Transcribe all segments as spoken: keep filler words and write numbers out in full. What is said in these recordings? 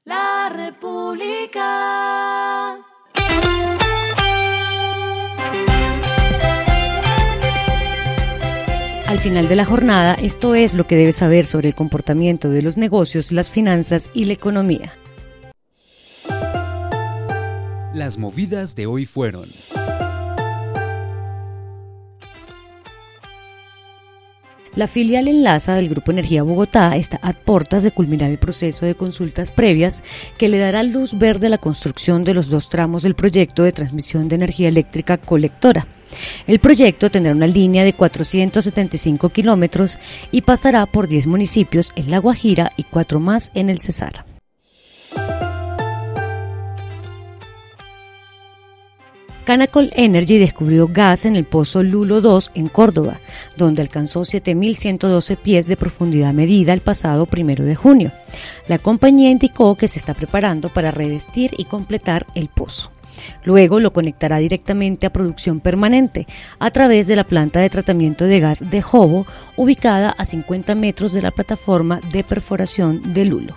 La República. Al final de la jornada, esto es lo que debes saber sobre el comportamiento de los negocios, las finanzas y la economía. Las movidas de hoy fueron: la filial Enlaza del Grupo Energía Bogotá está a puertas de culminar el proceso de consultas previas que le dará luz verde a la construcción de los dos tramos del proyecto de transmisión de energía eléctrica colectora. El proyecto tendrá una línea de cuatrocientos setenta y cinco kilómetros y pasará por diez municipios en La Guajira y cuatro más en el Cesar. Canacol Energy descubrió gas en el pozo Lulo dos en Córdoba, donde alcanzó siete mil ciento doce pies de profundidad medida el pasado primero de junio. La compañía indicó que se está preparando para revestir y completar el pozo. Luego lo conectará directamente a producción permanente a través de la planta de tratamiento de gas de Jobo, ubicada a cincuenta metros de la plataforma de perforación de Lulo.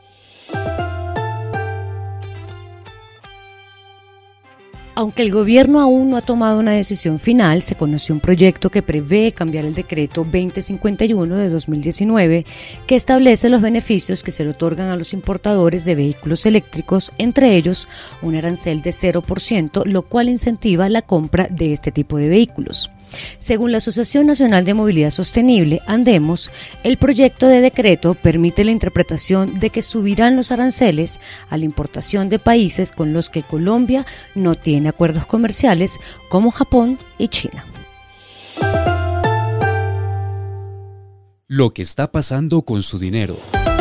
Aunque el gobierno aún no ha tomado una decisión final, se conoció un proyecto que prevé cambiar el decreto veinte cincuenta y uno de dos mil diecinueve, que establece los beneficios que se le otorgan a los importadores de vehículos eléctricos, entre ellos un arancel de cero por ciento, lo cual incentiva la compra de este tipo de vehículos. Según la Asociación Nacional de Movilidad Sostenible, Andemos, el proyecto de decreto permite la interpretación de que subirán los aranceles a la importación de países con los que Colombia no tiene acuerdos comerciales, como Japón y China. lo que está pasando con su dinero.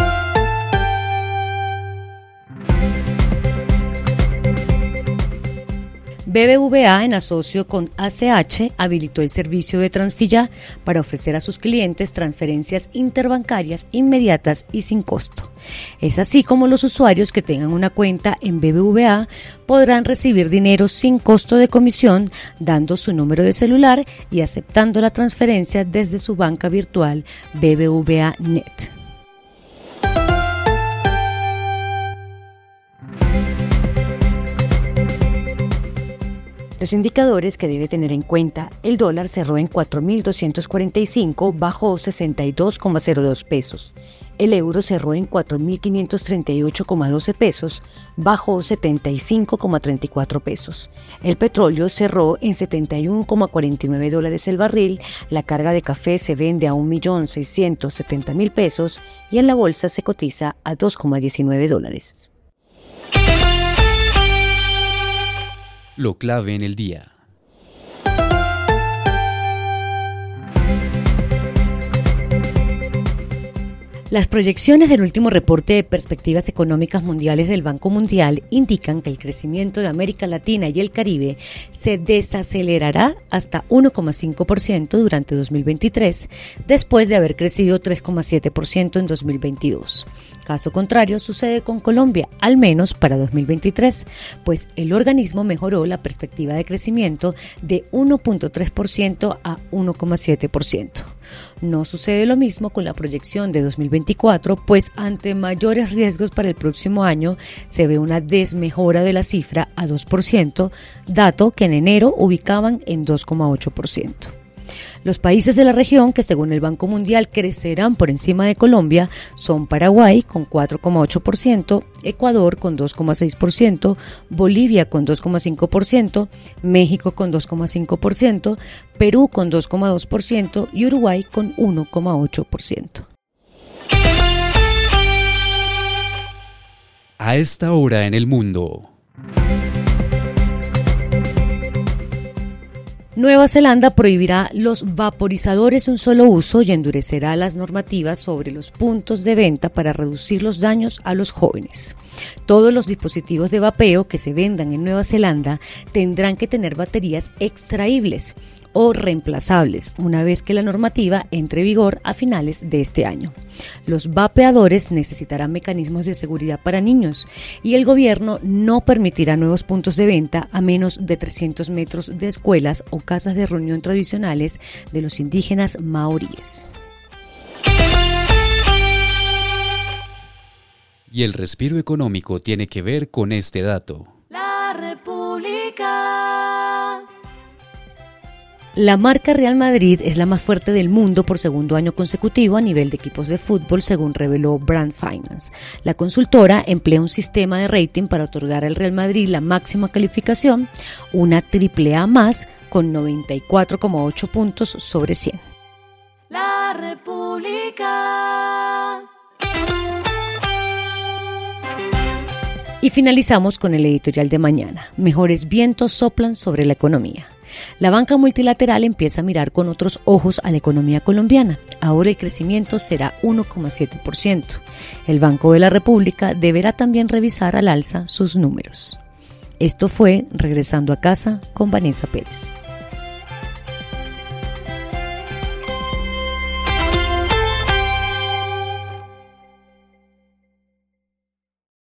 B B V A, en asocio con A C H, habilitó el servicio de Transfilla para ofrecer a sus clientes transferencias interbancarias inmediatas y sin costo. Es así como los usuarios que tengan una cuenta en B B V A podrán recibir dinero sin costo de comisión, dando su número de celular y aceptando la transferencia desde su banca virtual B B V A punto net. Los indicadores que debe tener en cuenta: el dólar cerró en cuatro mil doscientos cuarenta y cinco, bajó sesenta y dos coma cero dos pesos. El euro cerró en cuatro mil quinientos treinta y ocho coma doce pesos, bajó setenta y cinco coma treinta y cuatro pesos. El petróleo cerró en setenta y uno coma cuarenta y nueve dólares el barril, la carga de café se vende a un millón seiscientos setenta mil pesos y en la bolsa se cotiza a dos coma diecinueve dólares. Lo clave en el día. Las proyecciones del último reporte de perspectivas económicas mundiales del Banco Mundial indican que el crecimiento de América Latina y el Caribe se desacelerará hasta uno coma cinco por ciento durante dos mil veintitrés, después de haber crecido tres coma siete por ciento en dos mil veintidós. Caso contrario sucede con Colombia, al menos para dos mil veintitrés, pues el organismo mejoró la perspectiva de crecimiento de uno coma tres por ciento a uno coma siete por ciento. No sucede lo mismo con la proyección de dos mil veinticuatro, pues ante mayores riesgos para el próximo año se ve una desmejora de la cifra a dos por ciento, dato que en enero ubicaban en dos coma ocho por ciento. Los países de la región que según el Banco Mundial crecerán por encima de Colombia son Paraguay con cuatro coma ocho por ciento, Ecuador con dos coma seis por ciento, Bolivia con dos coma cinco por ciento, México con dos coma cinco por ciento, Perú con dos coma dos por ciento y Uruguay con uno coma ocho por ciento. A esta hora en el mundo. Nueva Zelanda prohibirá los vaporizadores de un solo uso y endurecerá las normativas sobre los puntos de venta para reducir los daños a los jóvenes. Todos los dispositivos de vapeo que se vendan en Nueva Zelanda tendrán que tener baterías extraíbles o reemplazables una vez que la normativa entre en vigor a finales de este año. Los vapeadores necesitarán mecanismos de seguridad para niños y el gobierno no permitirá nuevos puntos de venta a menos de trescientos metros de escuelas o casas de reunión tradicionales de los indígenas maoríes. Y el respiro económico tiene que ver con este dato. La República. La marca Real Madrid es la más fuerte del mundo por segundo año consecutivo a nivel de equipos de fútbol, según reveló Brand Finance. La consultora emplea un sistema de rating para otorgar al Real Madrid la máxima calificación, una triple A más, con noventa y cuatro coma ocho puntos sobre cien. La República. Y finalizamos con el editorial de mañana. Mejores vientos soplan sobre la economía. La banca multilateral empieza a mirar con otros ojos a la economía colombiana. Ahora el crecimiento será uno coma siete por ciento. El Banco de la República deberá también revisar al alza sus números. Esto fue Regresando a Casa con Vanessa Pérez.